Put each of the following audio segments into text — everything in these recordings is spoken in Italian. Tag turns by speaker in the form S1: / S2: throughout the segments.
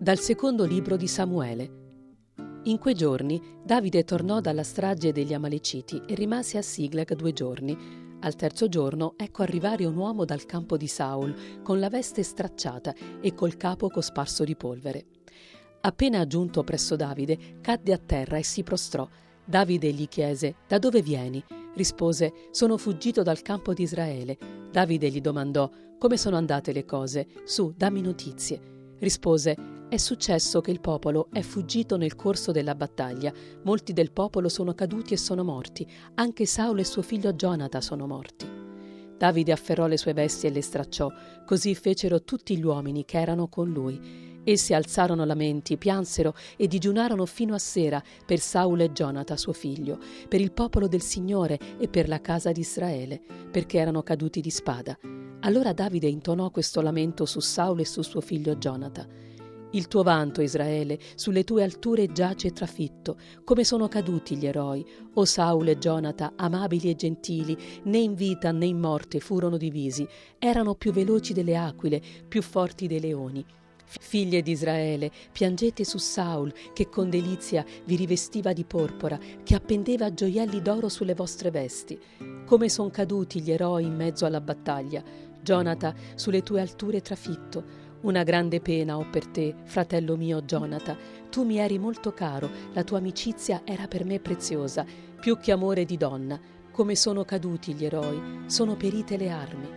S1: Dal secondo libro di Samuele. In quei giorni Davide tornò dalla strage degli Amaleciti e rimase a Siglag 2 giorni. Al terzo giorno ecco arrivare un uomo dal campo di Saul con la veste stracciata e col capo cosparso di polvere. Appena giunto presso Davide, cadde a terra e si prostrò. Davide gli chiese: «Da dove vieni?» Rispose: «Sono fuggito dal campo di Israele». Davide gli domandò: «Come sono andate le cose? Su, dammi notizie». Rispose: «È successo che il popolo è fuggito nel corso della battaglia. Molti del popolo sono caduti e sono morti. Anche Saulo e suo figlio Gionata sono morti». Davide afferrò le sue vesti e le stracciò. Così fecero tutti gli uomini che erano con lui. Essi alzarono lamenti, piansero e digiunarono fino a sera per Saulo e Gionata suo figlio, per il popolo del Signore e per la casa di Israele, perché erano caduti di spada. Allora Davide intonò questo lamento su Saulo e su suo figlio Gionata: «Il tuo vanto, Israele, sulle tue alture giace trafitto, come sono caduti gli eroi. O Saulo e Gionata, amabili e gentili, né in vita né in morte furono divisi, erano più veloci delle aquile, più forti dei leoni. Figlie di Israele, piangete su Saul, che con delizia vi rivestiva di porpora, che appendeva gioielli d'oro sulle vostre vesti. Come son caduti gli eroi in mezzo alla battaglia. Gionata, sulle tue alture trafitto. Una grande pena ho per te, fratello mio Gionata. Tu mi eri molto caro, la tua amicizia era per me preziosa, più che amore di donna. Come sono caduti gli eroi, sono perite le armi».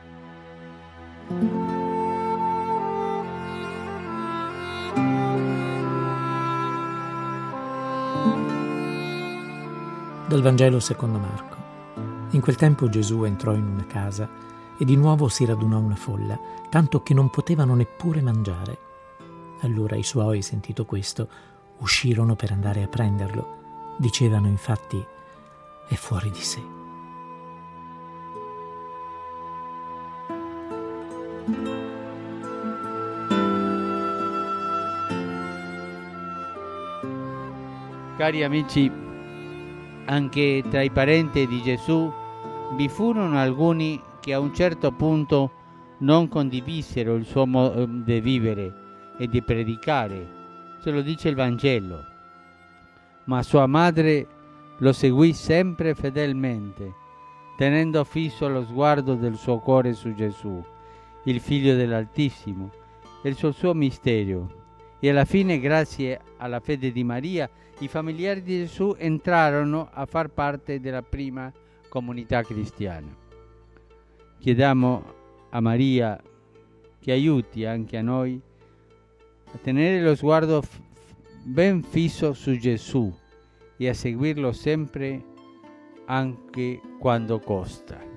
S2: Dal Vangelo secondo Marco. In quel tempo Gesù entrò in una casa e di nuovo si radunò una folla, tanto che non potevano neppure mangiare. Allora i suoi, sentito questo, uscirono per andare a prenderlo. Dicevano infatti: «È fuori di sé».
S3: Cari amici, anche tra i parenti di Gesù vi furono alcuni che a un certo punto non condivisero il suo modo di vivere e di predicare, ce lo dice il Vangelo, ma sua madre lo seguì sempre fedelmente, tenendo fisso lo sguardo del suo cuore su Gesù, il Figlio dell'Altissimo, e sul suo mistero. E alla fine, grazie alla fede di Maria, i familiari di Gesù entrarono a far parte della prima comunità cristiana. Chiediamo a Maria che aiuti anche a noi a tenere lo sguardo ben fisso su Gesù e a seguirlo sempre, anche quando costa.